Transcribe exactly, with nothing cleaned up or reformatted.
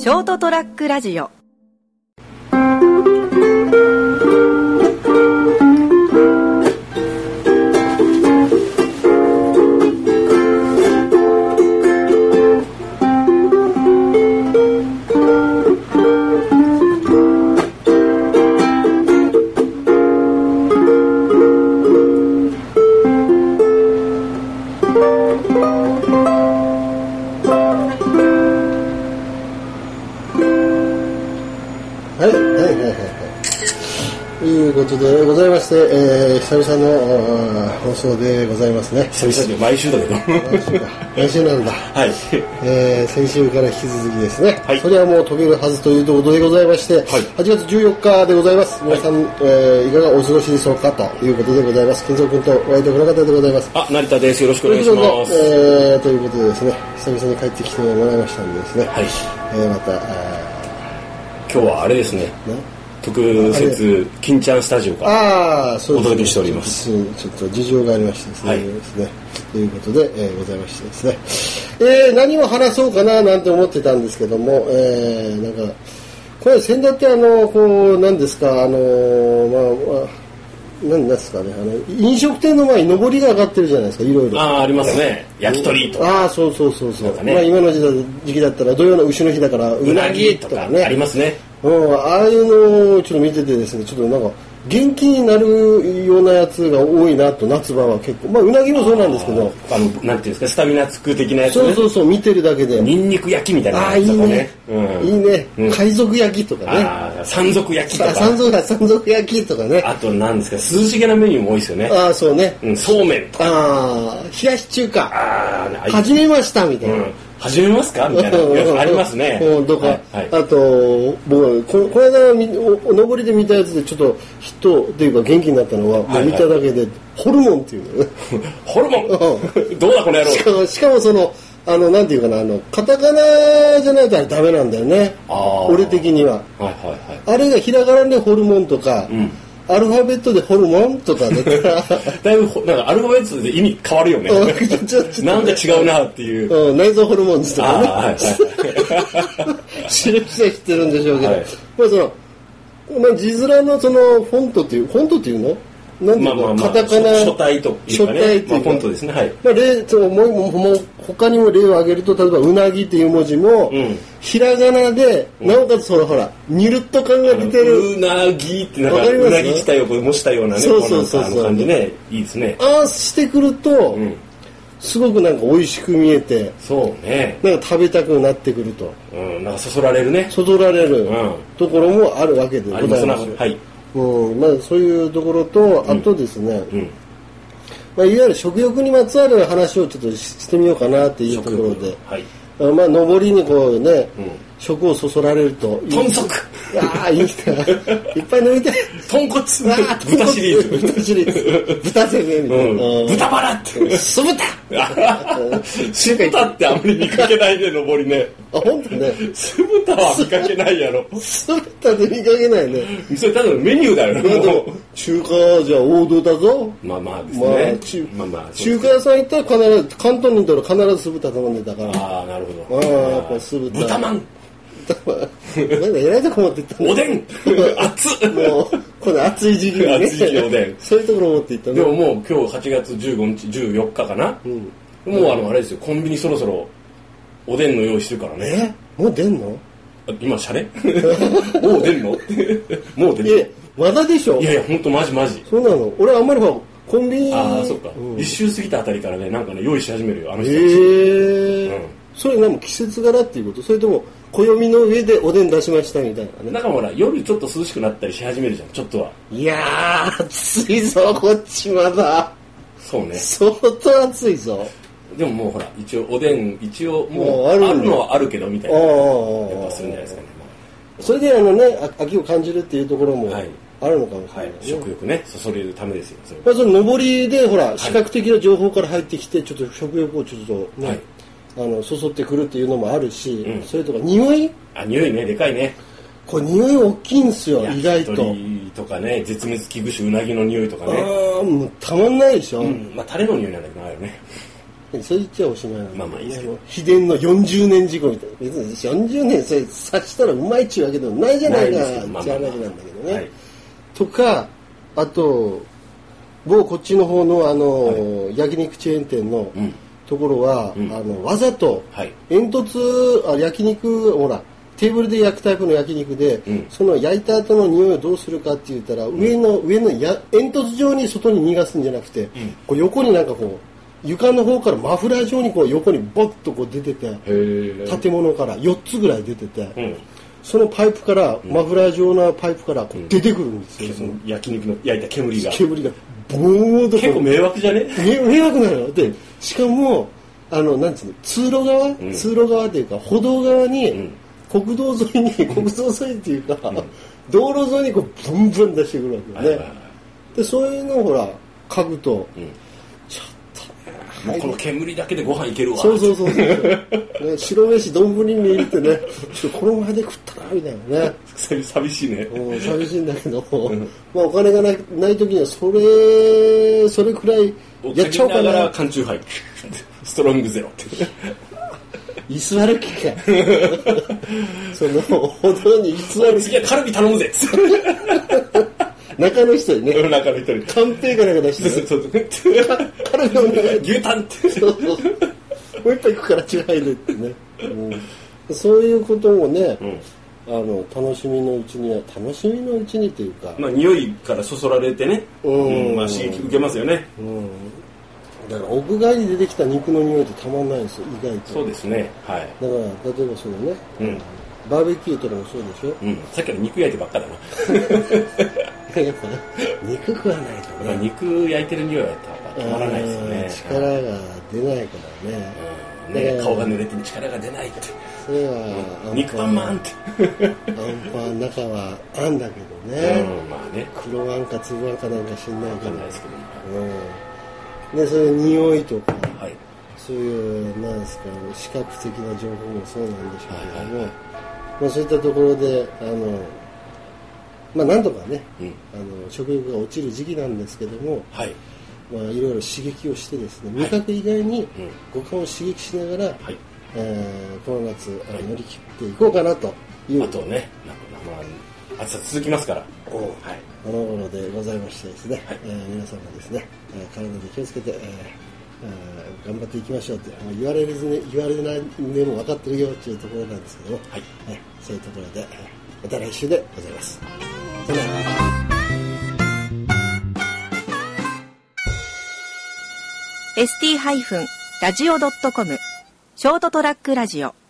ショートトラックラジオ。 でございまして、えー、久々の放送でございますね。 久々で毎週だけど毎週か毎週なんだはい、 えー、先週から引き続きですね、 はい、 それはもう解けるはずということでございまして、はい、はちがつじゅうよっかでございます。皆さん、はい、えー、いかがお過ごしでしょうかということでございます。金蔵君とお相手の方でございます。 あ、成田です。よろしくお願いします。 えー、ということでですね、久々に帰ってきてもらいましたんでですね、 はい、 えー、また今日はあれですね、ね特設金ちゃんスタジオからお届けしております。 ちょっと事情がありましてですね、はい、ですねということで、えー、ございましてですね、えー、何を話そうかななんて思ってたんですけども、えー、なんかこれ先だってあのこう何ですかあのまあ、まあ何ですかね、あの飲食店の前に上りが上がってるじゃないですか、いろいろ。 ああ、ありますね。焼き鳥とか。 ああ、そうそうそうそう。 ね、 まあ今の時期だったら土曜の牛の日だからうなぎとかね。 ありますね。 うん、ああいうのをちょっと見ててですね、ちょっとなんか元気になるようなやつが多いなと、夏場は結構。まあうなぎもそうなんですけど、 あのなんていうんですか、スタミナつく的なやつね。 そうそうそう、見てるだけで。 ニンニク焼きみたいなやつとかね。 ああ、いいね。 うん、いいね、うん。海賊焼きとかね。 ああ、山賊焼きとか。 山賊山賊焼きとかね。 あとなんですか、涼しげなメニューも多いですよね。 ああ、そうね。 うん、そうめんとか。 ああ、冷やし中華。 ああ、 始めましたみたいな。うん、 始めますかみたいなやつありますね。 うん、とか、はいはい、あと僕ここの間お上りで見たやつでちょっとヒットっていうか元気になったのは、はいはい、見ただけでホルモンっていうのね。 ホルモン。どうだこの野郎。 しかもしかもそのあのなんていうかな、あのカタカナじゃないとあれダメなんだよね。俺的には。はいはいはい。あれがひらがなでホルモンとか。うん、アルファベットでホルモンとかだったらだいぶなんかアルファベットで意味変わるよね。なんか違うなっていう、 うん、内臓ホルモンとかね、 はいはい、 知る人は知ってるんでしょうけど、はい、まあそのまあ字面のそのフォントっていうフォントっていうのなんていうの、まあまあまあ、カタカナ書体というかね、書体というか、まあ、フォントですね。はい。 まあ例そのもうもう他にも例を挙げると、例えばうなぎっていう文字も、うん、ひらがなで、うん、なおかつそのほらニルッと感が出てる。 うなぎってなんかうなぎ自体を模したようなね、 そうそうそうそう、 感じね、いいですね。 ああしてくると、うん、すごくなんか美味しく見えて、 そうね。 なんか食べたくなってくると。 うん、なんかそそられるね。 そそられる、うん、ところもあるわけでございます。 はい。 うん、まあそういうところと、あとですね、うんうん、まあ、いわゆる食欲にまつわる話をちょっとしてみようかなっていうところで、はい、まあ上りにこうね、うん、食をそそられると豚足、 ああいいな、いっぱい飲みたい。 豚骨、あ豚シリーズ、 豚シリーズ、豚攻めみたいな、 うん、豚バラって酢豚酢豚ってあんまり見かけないね、上りね。 あ、本当ね。 酢豚は見かけないやろ。 酢豚で見かけないね。 それただのメニューだよね。もう中華じゃ王道だぞ。 まあまあですね。 まあ、まあまあ中華屋さん行ったら必ず関東に行ったら必ず酢豚頼んでたから。 ああ、なるほど。ああ、やっぱ酢豚。 豚まん。 なんか偉いとこ持っていったおでん熱っもうこの暑い時期にね、 暑い時期おでんそういうところ持っていったね。 でももう今日はちがつじゅうごにちじゅうよっかかな、うん、もうあのあれですよ、コンビニそろそろおでんの用意してるからね。 えもう出んの？ 今シャレもう出んのもう出んの？ えまだでしょ。 いやいやほんとマジマジ。 そうなの。俺あんまりコンビニ、 ああそうか、うん、一周過ぎたあたりからね、なんかね用意し始めるよあの人たち。 へえ、うん、それなんも季節柄っていうこと？それとも暦の上でおでん出しましたみたいなね。 なんかほら夜ちょっと涼しくなったりし始めるじゃん、ちょっとは。 いやー暑いぞこっちまだ。 そうね、 相当暑いぞ。 でももうほら一応おでん一応もうあるのはあるけどみたいなやっぱするんじゃないですかね。 それであのね秋を感じるっていうところもあるのかもしれない、ね、 はい、食欲ねそそれるためですよ。それまあその上りでほら視覚的な情報から入ってきてちょっと食欲をちょっとね、はい、あのそそってくるっていうのもあるし、うん、それとか匂い、 あ匂いね、でかいね。 これ匂い大きいんですよ、意外と。 鳥とかね、絶滅危惧種うなぎの匂いとかね。 ああもうたまんないでしょ、 うん、まあタレの匂いなんだけどなよね。 それ言っちゃおしまいなんだ、 まあまあいいですけど、 秘伝のよんじゅうねん事故みたいな、別によんじゅうねんそれ察したらうまいっちゅうわけでもないじゃないかって話なんだけどね、まあまあまあ、はい、とかあと某こっちの方のあの、はい、焼肉チェーン店のところは、うん、あのわざと煙突、あ焼肉ほらテーブルで焼くタイプの焼肉で、うん、その焼いた後の匂いをどうするかって言ったら、うん、上の上のや煙突状に外に逃がすんじゃなくて、うん、こう横になんかこう床の方からマフラー状にこう横にボッとこう出てて、建物からよっつぐらい出てて、うん、そのパイプから、うん、マフラー状のパイプからこう出てくるんですよ、うん、 その焼肉の焼いた煙が煙がボーンと結構迷惑じゃね迷惑なので、しかもあのなんつうの通路側、うん、通路側っていうか歩道側に、うん、国道沿いに国道沿いっていうか、うん、道路沿いにこうブンブン出してくるわけよね、はいはいはい、でそういうのをほら嗅ぐと、うん、ちょっともうこの煙だけでご飯いけるわそうそうそうそう、ね、白飯丼に入れてねちょっとこの前で食ったなみたいなね寂しいね、 うん、寂しいんだけど、うん、まあお金がないない時にはそれそれくらいやっちゃおうかな缶チューハイストロングゼロって居座る気かその歩道に居座る次はカルビ頼むぜ中の人にね中の人にカンペがなんか出してそうそうカルビお願い牛タンってそうそうもう一杯行くからチューハイでってね、うん、そういうこともね、うん、あの楽しみのうちには楽しみのうちにというかまあ匂いからそそられてね、うんうんまあ、刺激受けますよね、うんだから屋外に出てきた肉の匂いってたまんないんですよ意外とそうですねはいだから例えばそのね、うん、バーベキューとかもそうでしょ、 うん、さっきから肉焼いてばっかだなやっぱね肉食わないとね、 まあ、肉焼いてる匂いはやっぱたまらないですよね力が出ないからね、 うんね、顔が濡れて力が出ないってそれは、 うん、肉パンマンってアンパン中はあんだけどね、 うんまあね、 黒あんか粒あんかなんか知んないからわかんないですけど、 うんでそういう匂いとか、 はい、 そういうなんですか視覚的な情報もそうなんでしょうけども、はいはいはいまあ、そういったところであのまあなんとかね、うん、あの食欲が落ちる時期なんですけども、はいまあ、いろいろ刺激をしてですね味覚以外に五感を刺激しながら、はいえー、この夏、はい、乗り切っていこうかなというあとねなんか、まあ、暑さ続きますから、はいこの頃でございましてですね、はいえー、皆さんもですね、えー、体に気をつけて、えーえー、頑張っていきましょうって言われる、ね、言われないでも分かってるよっていうところなんですけども、はいえー、そういうところで、えー、また来週でございます。さよなら。 エスティー ラジオ ドットコム ショートトラックラジオ